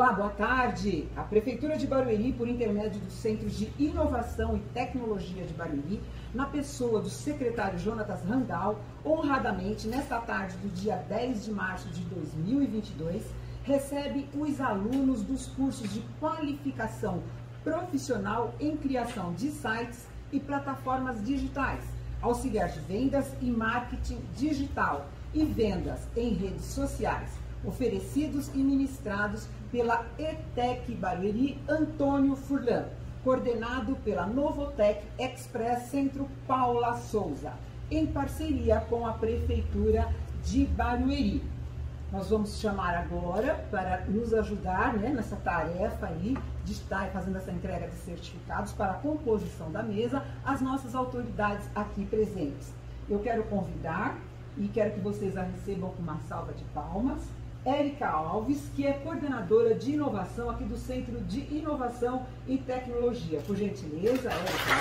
Olá, boa tarde. A Prefeitura de Barueri, por intermédio do Centro de Inovação e Tecnologia de Barueri, na pessoa do secretário Jonatas Randall, honradamente, nesta tarde do dia 10 de março de 2022, recebe os alunos dos cursos de qualificação profissional em criação de sites e plataformas digitais, auxiliar de vendas e marketing digital e vendas em redes sociais, oferecidos e ministrados pela ETEC Barueri Antônio Furlan, coordenado pela Novotec Express Centro Paula Souza, em parceria com a Prefeitura de Barueri. Nós vamos chamar agora para nos ajudar, nessa tarefa aí de estar fazendo essa entrega de certificados para a composição da mesa, as nossas autoridades aqui presentes. Eu quero convidar e quero que vocês a recebam com uma salva de palmas. Érica Alves, que é coordenadora de inovação aqui do Centro de Inovação e Tecnologia. Por gentileza, Érica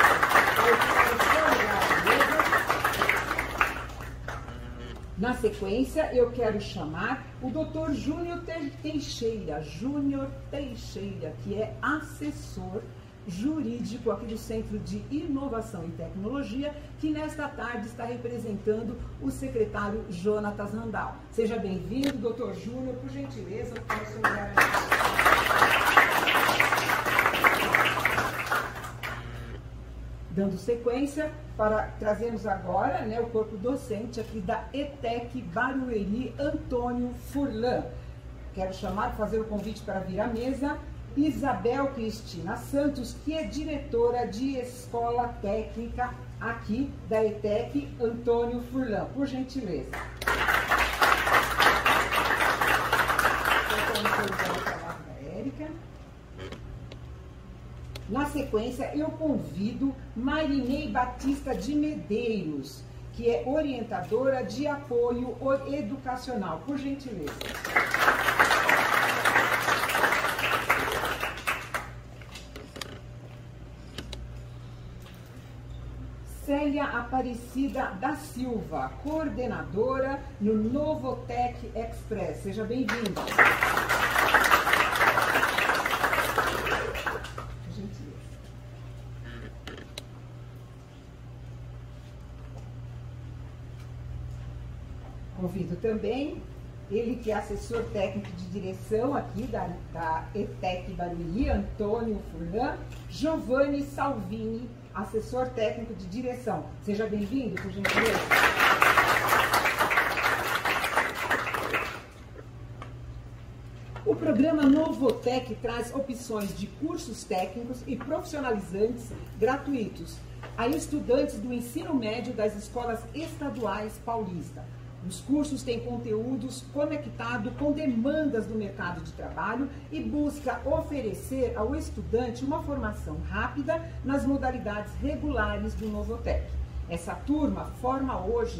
Alves. Na sequência, eu quero chamar o Dr. Júnior Teixeira, que é assessor jurídico aqui do Centro de Inovação e Tecnologia, que nesta tarde está representando o secretário Jonatas Randall. Seja bem-vindo, doutor Júnior, por gentileza, para o seu lugar. Dando sequência, para trazermos agora o corpo docente aqui da ETEC Barueri Antônio Furlan. Quero chamar, fazer o convite para vir à mesa, Isabel Cristina Santos, que é diretora de Escola Técnica aqui da ETEC Antônio Furlan. Por gentileza. Na sequência, eu convido Marinei Batista de Medeiros, que é orientadora de apoio educacional. Por gentileza. Célia Aparecida da Silva, coordenadora no Novotec Express. Seja bem-vinda. Convido também ele que é assessor técnico de direção aqui da ETEC Barueri, Antônio Furlan, Giovanni Salvini, assessor técnico de direção. Seja bem-vindo, por gentileza. O programa Novotec traz opções de cursos técnicos e profissionalizantes gratuitos a estudantes do ensino médio das escolas estaduais paulistas. Os cursos têm conteúdos conectados com demandas do mercado de trabalho e busca oferecer ao estudante uma formação rápida nas modalidades regulares do Novotec. Essa turma forma hoje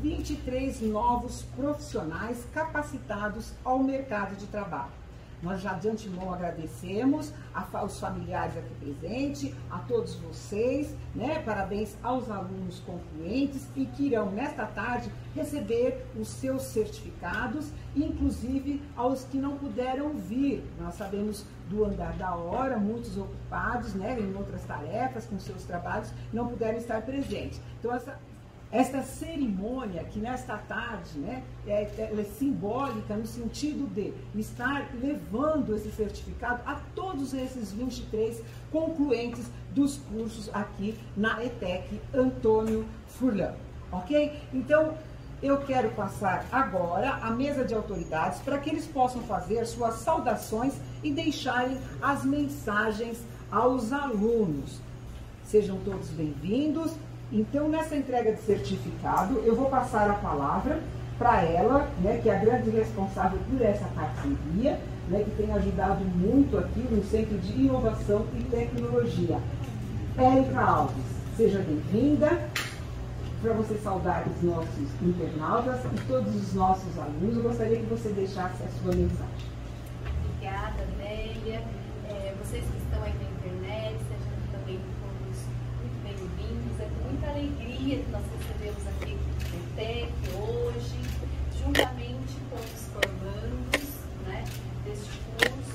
23 novos profissionais capacitados ao mercado de trabalho. Nós já de antemão agradecemos aos familiares aqui presentes, a todos vocês, parabéns aos alunos concluentes e que irão nesta tarde receber os seus certificados, inclusive aos que não puderam vir. Nós sabemos do andar da hora, muitos ocupados em outras tarefas, com seus trabalhos, não puderam estar presentes. Então esta cerimônia, que nesta tarde ela é simbólica no sentido de estar levando esse certificado a todos esses 23 concluentes dos cursos aqui na ETEC Antônio Furlan, ok? Então, eu quero passar agora a mesa de autoridades para que eles possam fazer suas saudações e deixarem as mensagens aos alunos. Sejam todos bem-vindos. Então, nessa entrega de certificado, eu vou passar a palavra para ela, que é a grande responsável por essa parceria, que tem ajudado muito aqui no Centro de Inovação e Tecnologia. Érica Alves, seja bem-vinda. Para você saudar os nossos internautas e todos os nossos alunos, eu gostaria que você deixasse a sua mensagem. Obrigada, Nélia. Vocês que estão aí na internet, sejam também todos muito bem-vindos. É com muita alegria que nós recebemos aqui no ETEC hoje, juntamente com os formandos deste curso.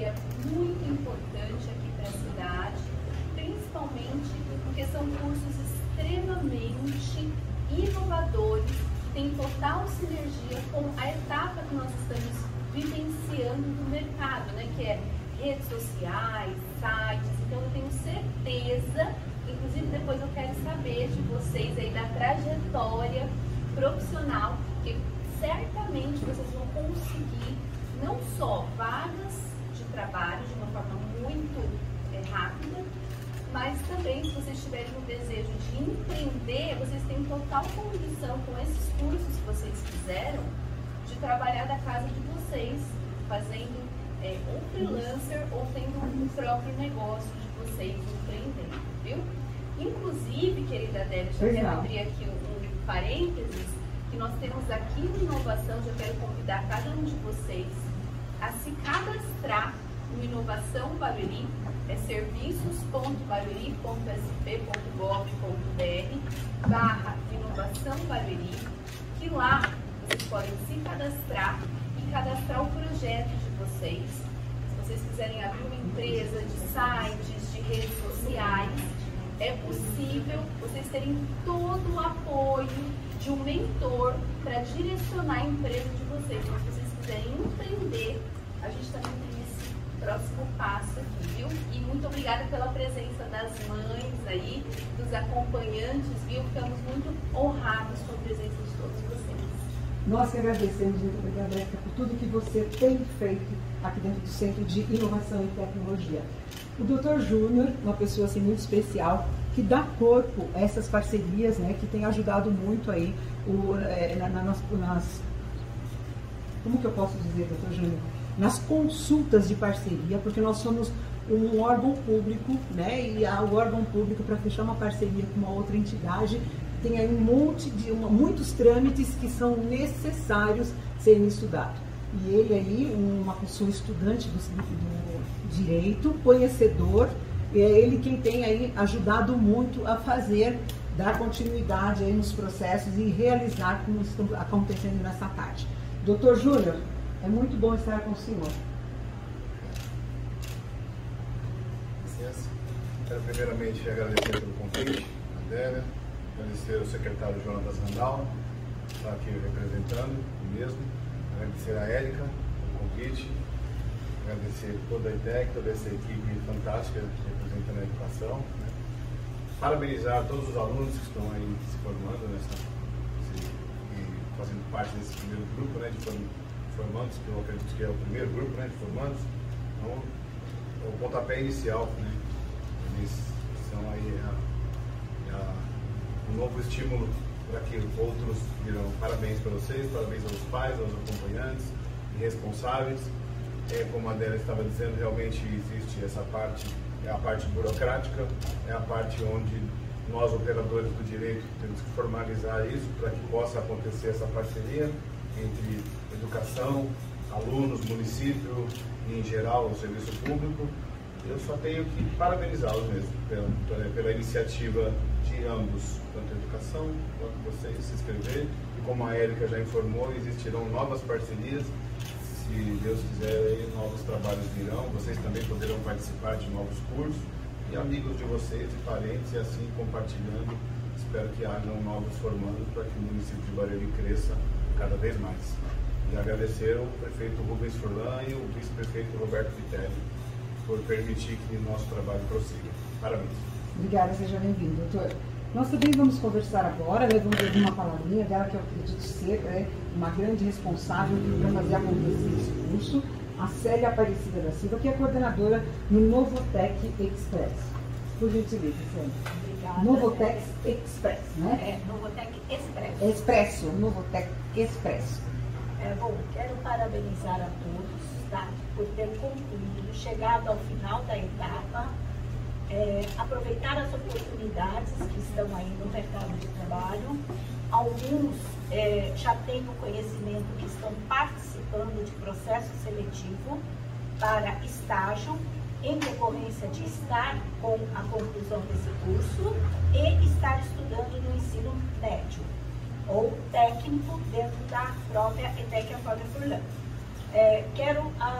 consultoria muito importante aqui para a cidade, principalmente porque são cursos extremamente inovadores, que têm total sinergia com a etapa que nós estamos vivenciando no mercado, né, que é redes sociais, sites. Então eu tenho certeza, inclusive depois eu quero saber de vocês aí da trajetória profissional, que certamente vocês vão conseguir não só vagas de trabalho de uma forma muito rápida, mas também, se vocês tiverem o desejo de empreender, vocês têm total condição, com esses cursos que vocês fizeram, de trabalhar da casa de vocês, fazendo ou freelancer ou tendo um próprio negócio de vocês, empreendendo, viu? Inclusive, querida Débora, já quero abrir aqui um parênteses, que nós temos aqui no Inovação, já quero convidar cada um de vocês a se cadastrar no Inovação Barueri, é serviços.barueri.sp.gov.br/Inovação Barueri, que lá vocês podem se cadastrar e cadastrar o projeto de vocês. Se vocês quiserem abrir uma empresa de sites, de redes sociais, é possível vocês terem todo o apoio de um mentor para direcionar a empresa de vocês. Então, se vocês quiserem empreender, a gente também tem esse próximo passo aqui, viu? E muito obrigada pela presença das mães aí, dos acompanhantes, viu? Ficamos muito honrados com a presença de todos vocês. Nós que agradecemos, muito obrigada, Érica, por tudo que você tem feito aqui dentro do Centro de Inovação e Tecnologia. O Dr. Júnior, uma pessoa assim, muito especial, que dá corpo a essas parcerias, né, que tem ajudado muito aí como que eu posso dizer, Dr. Júnior? Nas consultas de parceria, porque nós somos um órgão público, né, e o órgão público, para fechar uma parceria com uma outra entidade, tem aí muitos trâmites que são necessários serem estudados. E ele aí, uma pessoa estudante do direito, conhecedor, é ele quem tem aí ajudado muito a dar continuidade aí nos processos e realizar como estão acontecendo nessa tarde. Dr. Júnior, é muito bom estar com o senhor. Licença. Quero primeiramente agradecer pelo convite, a Adélia, agradecer ao secretário Jonatas Randall, que está aqui representando mesmo, agradecer a Érica pelo convite, agradecer toda a ITEC, toda essa equipe fantástica representando a educação, né? Parabenizar todos os alunos que estão aí se formando e fazendo parte desse primeiro grupo, né, de formandos, que eu acredito que é o primeiro grupo, né, de formandos. Então, é o pontapé inicial, né? Eles são aí um novo estímulo para que outros virão. Parabéns para vocês, parabéns aos pais, aos acompanhantes e responsáveis. Como a Adélia estava dizendo, realmente existe essa parte, é a parte burocrática, é a parte onde nós, operadores do direito, temos que formalizar isso para que possa acontecer essa parceria entre educação, alunos, município e, em geral, o serviço público. Eu só tenho que parabenizá-los mesmo pela iniciativa de ambos, tanto a educação quanto vocês se inscrever. E como a Érica já informou, existirão novas parcerias. Se Deus quiser, aí, novos trabalhos virão. Vocês também poderão participar de novos cursos. E amigos de vocês e parentes, e assim compartilhando. Espero que hajam novos formandos para que o município de Barueri cresça cada vez mais. E agradecer ao prefeito Rubens Furlan e o vice-prefeito Roberto Vitelli por permitir que o nosso trabalho prossiga. Parabéns. Obrigada, seja bem-vindo, doutor. Nós também vamos conversar agora, né, vamos ouvir uma palavrinha dela, que eu acredito ser uma grande responsável para fazer acontecer esse curso, a Célia Aparecida da Silva, que é coordenadora no Novotec Express. Por gentileza, Célia. Obrigada. Novotec Express, né? Novotec Expresso. Expresso, Novotec Expresso. Bom, quero parabenizar a todos, tá, por ter concluído, chegado ao final da etapa, aproveitar as oportunidades que estão aí no mercado de trabalho. Alguns já têm o conhecimento que estão participando de processo seletivo para estágio, em decorrência de estar com a conclusão desse curso e estar estudando no ensino médio ou técnico dentro da própria ETEC Antônio Furlan. Quero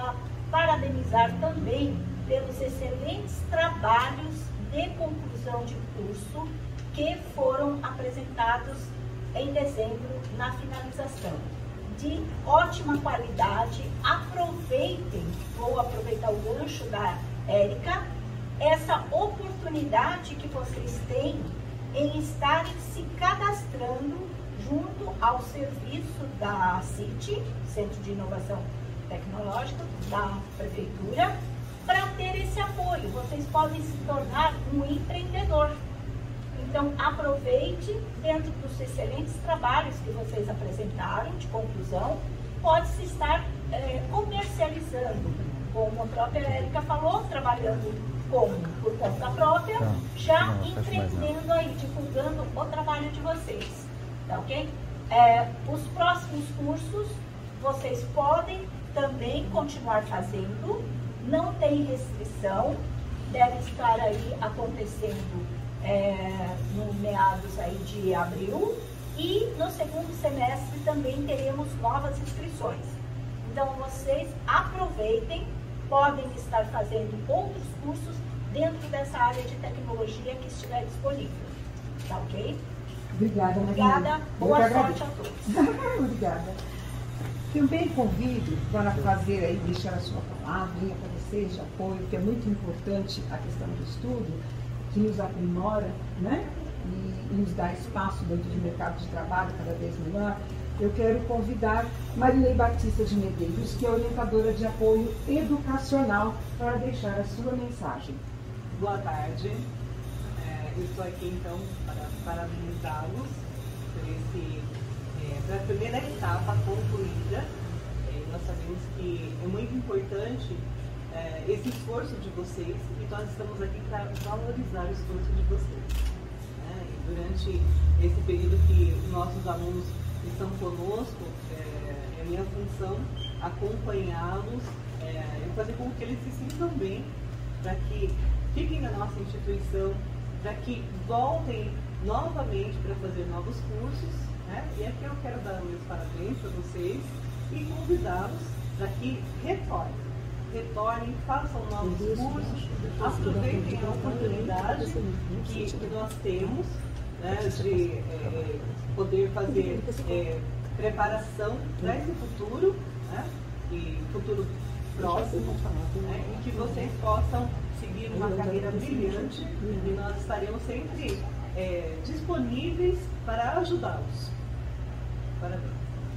parabenizar também pelos excelentes trabalhos de conclusão de curso que foram apresentados em dezembro na finalização. De ótima qualidade, aproveitem, vou aproveitar o gancho da Érica, essa oportunidade que vocês têm em estarem se cadastrando junto ao serviço da CIT, Centro de Inovação Tecnológica, da Prefeitura, para ter esse apoio. Vocês podem se tornar um empreendedor. Então, aproveite, dentro dos excelentes trabalhos que vocês apresentaram de conclusão, pode-se estar comercializando, como a própria Érica falou, trabalhando por conta própria, já empreendendo aí, divulgando o trabalho de vocês, tá ok? Os próximos cursos, vocês podem também continuar fazendo, não tem restrição, deve estar aí acontecendo no meados aí de abril, e no segundo semestre também teremos novas inscrições. Então vocês aproveitem, podem estar fazendo outros cursos dentro dessa área de tecnologia que estiver disponível, tá ok? Obrigada, Maria. Obrigada, boa sorte a todos. Obrigada. Também convido para fazer aí, deixar a sua palavrinha para vocês de apoio, que é muito importante a questão do estudo, que nos aprimora, né? E nos dá espaço dentro do mercado de trabalho cada vez melhor. Eu quero convidar Marilei Batista de Medeiros, que é orientadora de apoio educacional, para deixar a sua mensagem. Boa tarde. Eu estou aqui então para parabenizá-los por a primeira etapa concluída. Nós sabemos que é muito importante esse esforço de vocês, e nós estamos aqui para valorizar o esforço de vocês. Durante esse período que os nossos alunos estão conosco, é minha função acompanhá-los e fazer com que eles se sintam bem, para que fiquem na nossa instituição, para que voltem novamente para fazer novos cursos, né? E aqui eu quero dar meus parabéns para vocês e convidá-los para que retornem, façam novos cursos, aproveitem a oportunidade que nós temos, né, de poder fazer preparação para esse futuro, né, e futuro próximo, né, e que vocês possam seguir uma carreira brilhante, e nós estaremos sempre disponíveis para ajudá-los. Parabéns.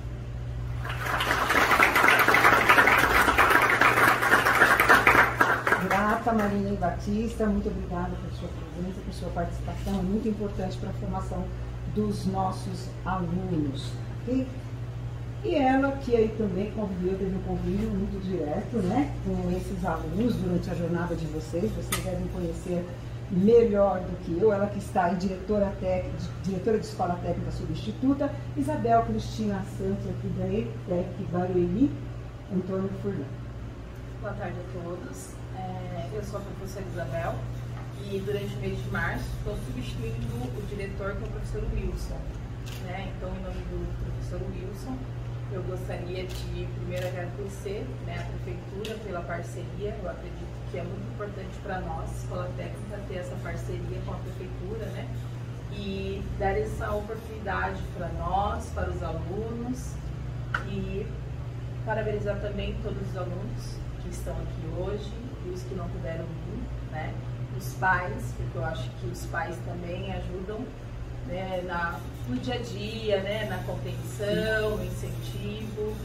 Grata, Marilei Batista, muito obrigada por sua presença, por sua participação, é muito importante para a formação dos nossos alunos. E ela, que aí também conviveu, teve um convívio muito direto, né, com esses alunos durante a jornada de vocês devem conhecer melhor do que eu, ela que está aí, diretora de Escola Técnica Substituta, Isabel Cristina Santos, aqui da ETEC Barueri, Antônio Furlan. Boa tarde a todos. Eu sou a professora Isabel e durante o mês de março estou substituindo o diretor, que é o professor Wilson. Né? Então, em nome do professor Wilson, eu gostaria de primeiro agradecer, né, a Prefeitura pela parceria. Eu acredito que é muito importante para nós, Escola Técnica, ter essa parceria com a Prefeitura, né? E dar essa oportunidade para nós, para os alunos, e parabenizar também todos os alunos que estão aqui hoje e os que não puderam vir, né? Os pais, porque eu acho que os pais também ajudam, né, no dia a dia, né, na compreensão, no incentivo.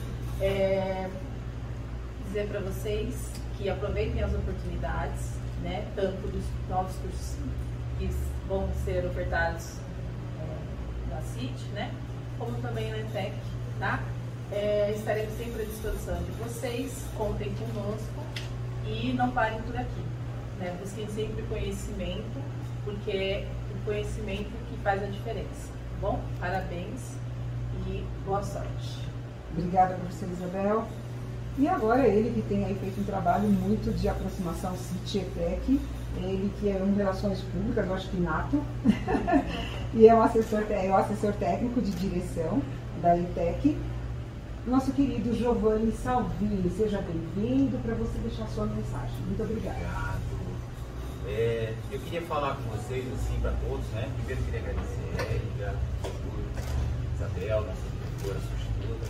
Dizer para vocês que aproveitem as oportunidades, né, tanto dos novos cursos que vão ser ofertados na CIT, né, como também na ETEC, tá? Estaremos sempre à disposição de vocês, contem conosco e não parem por aqui, né? Busquem sempre conhecimento, porque é o conhecimento que faz a diferença, tá bom? Parabéns e boa sorte. Obrigada, professora Isabel. E agora ele que tem aí feito um trabalho muito de aproximação CIT-ETEC, ele que é um Relações Públicas, eu acho que nato, e é o assessor técnico de direção da ETEC, nosso querido Giovanni Salvini. Seja bem-vindo, para você deixar sua mensagem. Muito obrigada. Obrigado. Eu queria falar com vocês, assim, para todos, né? Primeiro queria agradecer a Érica, Isabel, nossa diretora substituta.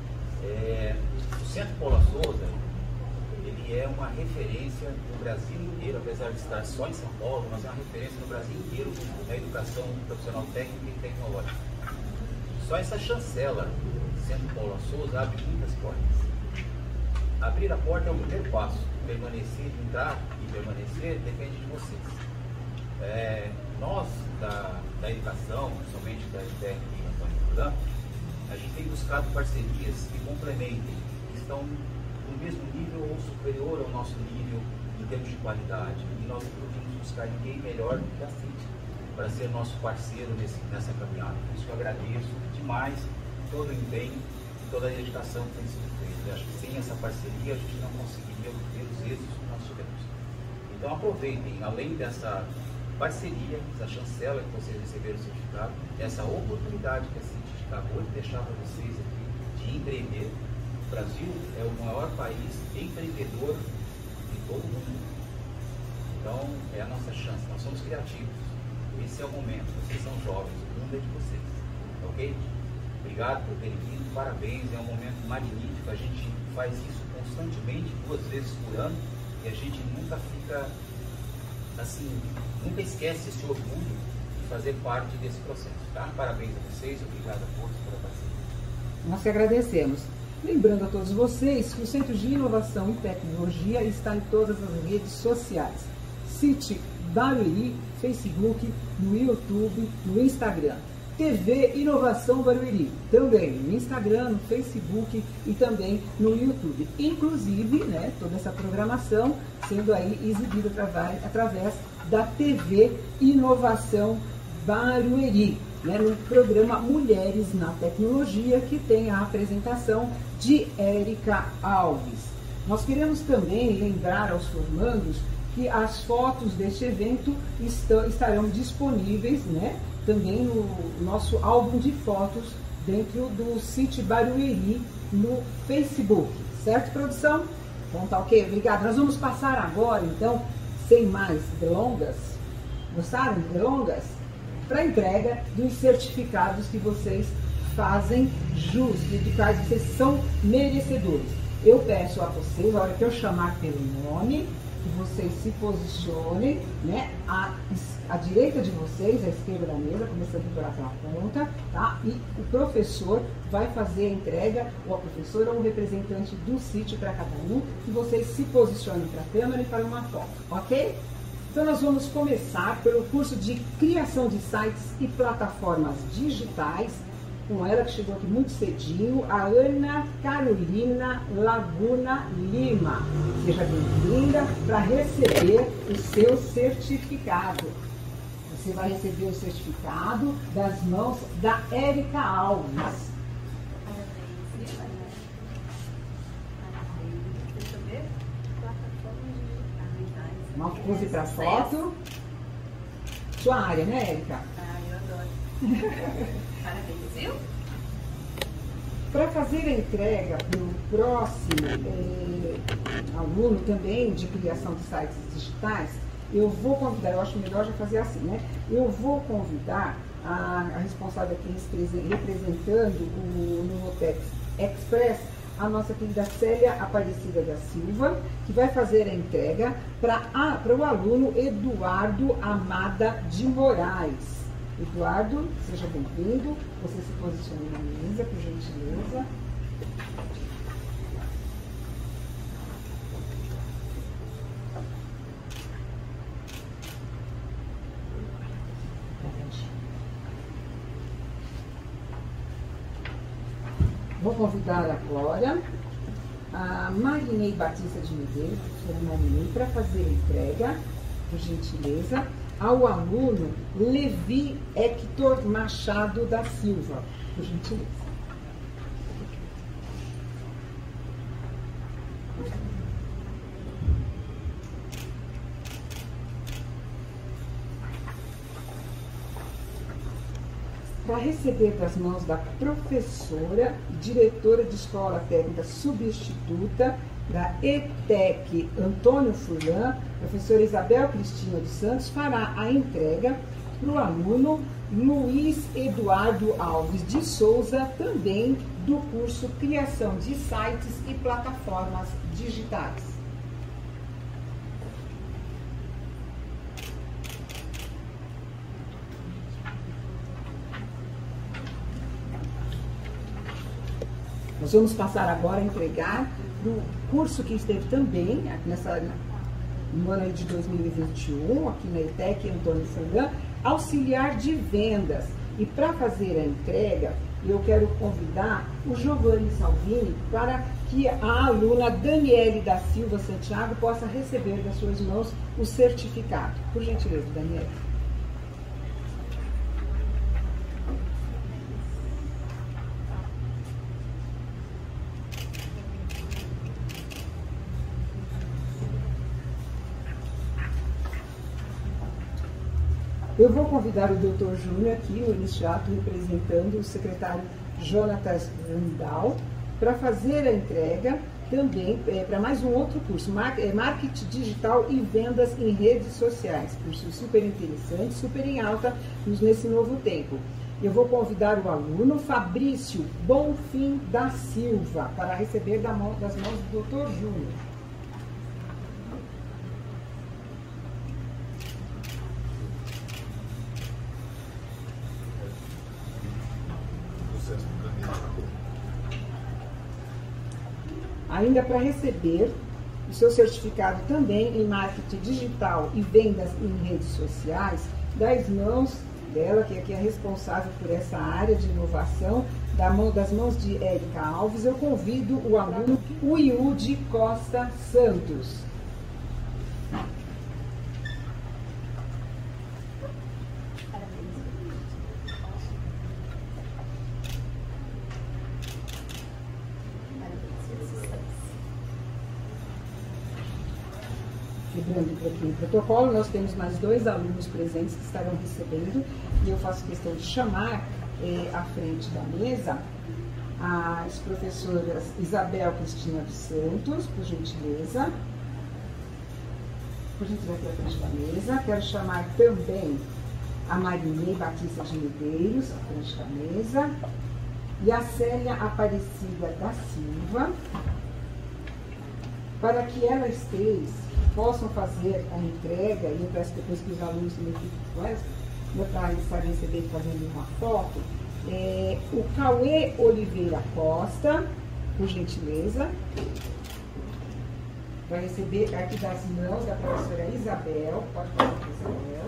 O Centro Paula Souza, ele é uma referência no Brasil inteiro, apesar de estar só em São Paulo, mas é uma referência no Brasil inteiro na educação profissional técnica e tecnológica. Só essa chancela, Centro Paula Souza, abre muitas portas. Abrir a porta é o primeiro passo. Permanecer, entrar e permanecer depende de vocês. Nós, da educação, principalmente da ETEC e Antônio Furlan, a gente tem buscado parcerias que complementem, que estão no mesmo nível ou superior ao nosso nível em termos de qualidade. E nós não podemos buscar ninguém melhor do que a CIT para ser nosso parceiro nessa caminhada. Por isso eu agradeço demais todo o empenho e toda a dedicação que tem sido feita. Eu acho que sem essa parceria a gente não conseguiria obter os êxitos que nós tivemos. Então aproveitem, além dessa parceria, essa chancela que vocês receberam o certificado, essa oportunidade que a CIT acabou de deixar para vocês aqui de empreender. O Brasil é o maior país empreendedor de todo o mundo. Então é a nossa chance, nós somos criativos. Esse é o momento, vocês são jovens, o mundo é de vocês. Ok? Obrigado por terem vindo, parabéns, é um momento magnífico, a gente faz isso constantemente, 2 vezes por ano, e a gente nunca fica, assim, nunca esquece esse orgulho de fazer parte desse processo, tá? Parabéns a vocês, obrigado a todos pela parceria. Nós que agradecemos. Lembrando a todos vocês que o Centro de Inovação e Tecnologia está em todas as redes sociais. CIT Barueri, Facebook, no YouTube, no Instagram. TV Inovação Barueri, também no Instagram, no Facebook e também no YouTube. Inclusive, né, toda essa programação sendo aí exibida através da TV Inovação Barueri, né, no programa Mulheres na Tecnologia, que tem a apresentação de Érica Alves. Nós queremos também lembrar aos formandos que as fotos deste evento estarão disponíveis, né, também no nosso álbum de fotos dentro do CIT Barueri no Facebook. Certo, produção? Então tá ok, obrigado. Nós vamos passar agora, então, sem mais delongas, gostaram de delongas? Para a entrega dos certificados que vocês fazem jus, de quais vocês são merecedores. Eu peço a vocês, a hora que eu chamar pelo nome, que vocês se posicionem, né, à direita de vocês, à esquerda da mesa, começando por aquela ponta, tá? E o professor vai fazer a entrega, ou a professora ou o representante do CIT para cada um, que vocês se posicionem para a câmera e para uma foto, ok? Então nós vamos começar pelo curso de criação de sites e plataformas digitais, com ela que chegou aqui muito cedinho, a Ana Carolina Laguna Lima. Seja bem-vinda para receber o seu certificado. Você vai receber o certificado das mãos da Érica Alves. Uma pose para foto. Sua área, né, Érica? Eu adoro. Parabéns, viu? Para fazer a entrega para o próximo aluno também de criação de sites digitais, eu vou convidar, eu acho melhor já fazer assim, né? Eu vou convidar a responsável aqui representando o Novotex Express, a nossa querida Célia Aparecida da Silva, que vai fazer a entrega para o aluno Eduardo Amada de Moraes. Eduardo, seja bem-vindo. Você se posicione na mesa, por gentileza. Vou convidar agora a Marinei Batista de Medeiros, a professora Marinei, para fazer a entrega, por gentileza, ao aluno Levi Hector Machado da Silva, por gentileza. para receber das mãos da professora, diretora de escola técnica substituta da ETEC Antônio Furlan, professora Isabel Cristina dos Santos, fará a entrega para o aluno Luiz Eduardo Alves de Souza, também do curso Criação de Sites e Plataformas Digitais. Nós vamos passar agora a entregar o curso que esteve também no ano de 2021, aqui na ETEC Antônio Furlan, auxiliar de vendas. E para fazer a entrega, eu quero convidar o Giovanni Salvini para que a aluna Daniele da Silva Santiago possa receber das suas mãos o certificado. Por gentileza, Daniele. Eu vou convidar o Dr. Júnior aqui no iniciato, representando o secretário Jonatas Randall, para fazer a entrega também para mais um outro curso, Marketing Digital e Vendas em Redes Sociais. Curso super interessante, super em alta nesse novo tempo. Eu vou convidar o aluno Fabrício Bonfim da Silva para receber das mãos do Dr. Júnior. Ainda para receber o seu certificado também em marketing digital e vendas em redes sociais, das mãos dela, que é responsável por essa área de inovação, das mãos de Érica Alves, eu convido o aluno Uiude Costa Santos. Lembrando que aqui no protocolo nós temos mais 2 alunos presentes que estarão recebendo, e eu faço questão de chamar à frente da mesa as professoras Isabel Cristina dos Santos, por gentileza. Por gentileza, aqui à frente da mesa. Quero chamar também a Marinei Batista de Medeiros, à frente da mesa, e a Célia Aparecida da Silva, para que elas possam fazer a entrega, e eu peço depois que os alunos também fiquem com elas, para estarem recebendo, fazendo uma foto, o Cauê Oliveira Costa, por gentileza, vai receber aqui das mãos da professora Isabel, pode passar para a Isabel.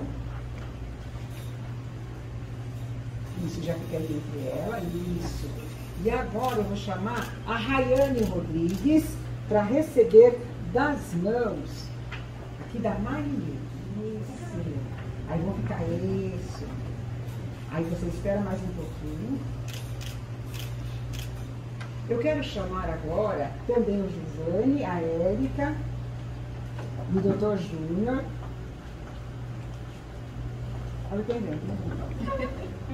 Isso, já fica ali entre ela, isso. E agora eu vou chamar a Rayane Rodrigues para receber das mãos aqui da Marinê. Isso. Aí vão ficar isso. Aí você espera mais um pouquinho. Eu quero chamar agora também o Giovanni, a Érica, o Dr. Júnior. Olha quem vem, né?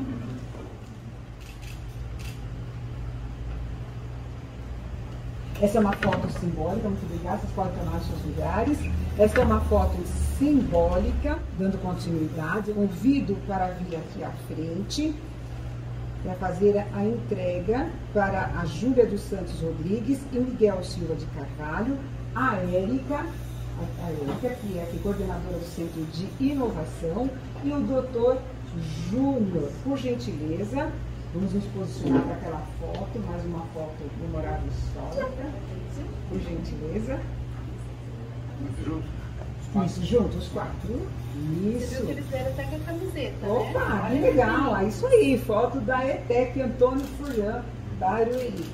Essa é uma foto simbólica, muito obrigada, vocês podem tomar os seus lugares. Essa é uma foto simbólica, dando continuidade. Convido para vir aqui à frente, para fazer a entrega para a Júlia dos Santos Rodrigues e o Miguel Silva de Carvalho, a Érica, que é aqui, coordenadora do Centro de Inovação, e o Dr. Júnior, por gentileza. Vamos nos posicionar para aquela foto, mais uma foto memorável histórica, por gentileza. Isso, juntos, os 4. Isso. Você viu que eles deram até com a camiseta, opa, né? Que legal. É isso aí, foto da ETEC Antônio Furlan, Barueri.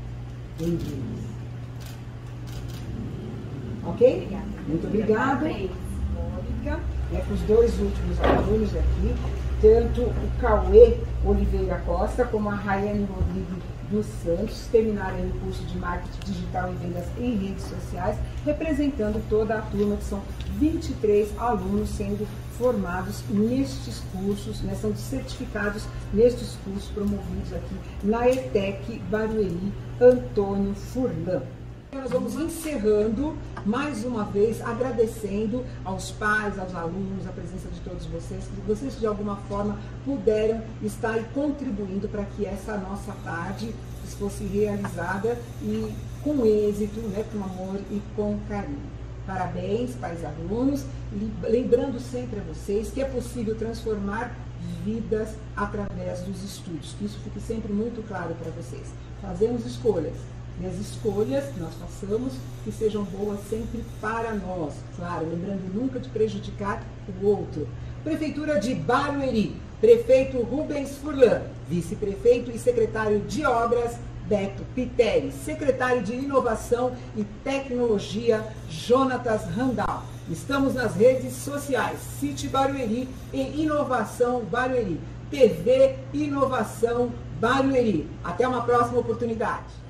Ok? Obrigada. Muito obrigado. Parabéns. Para os 2 últimos alunos aqui, tanto o Cauê Oliveira Costa como a Rayane Rodrigues dos Santos, terminaram o curso de Marketing Digital e Vendas em Redes Sociais, representando toda a turma, que são 23 alunos sendo formados nestes cursos, né, são certificados nestes cursos promovidos aqui na ETEC Barueri Antônio Furlan. Nós vamos encerrando mais uma vez, agradecendo aos pais, aos alunos, a presença de todos vocês, que vocês de alguma forma puderam estar aí contribuindo para que essa nossa tarde fosse realizada e com êxito, né, com amor e com carinho. Parabéns, pais e alunos, lembrando sempre a vocês que é possível transformar vidas através dos estudos, que isso fique sempre muito claro para vocês. Fazemos escolhas, e as escolhas que nós façamos que sejam boas sempre para nós, claro, lembrando nunca de prejudicar o outro. Prefeitura de Barueri, prefeito Rubens Furlan, vice-prefeito e secretário de Obras Beto Piteri, secretário de Inovação e Tecnologia Jonatas Randall. Estamos nas redes sociais, City Barueri e Inovação Barueri, TV Inovação Barueri. Até uma próxima oportunidade.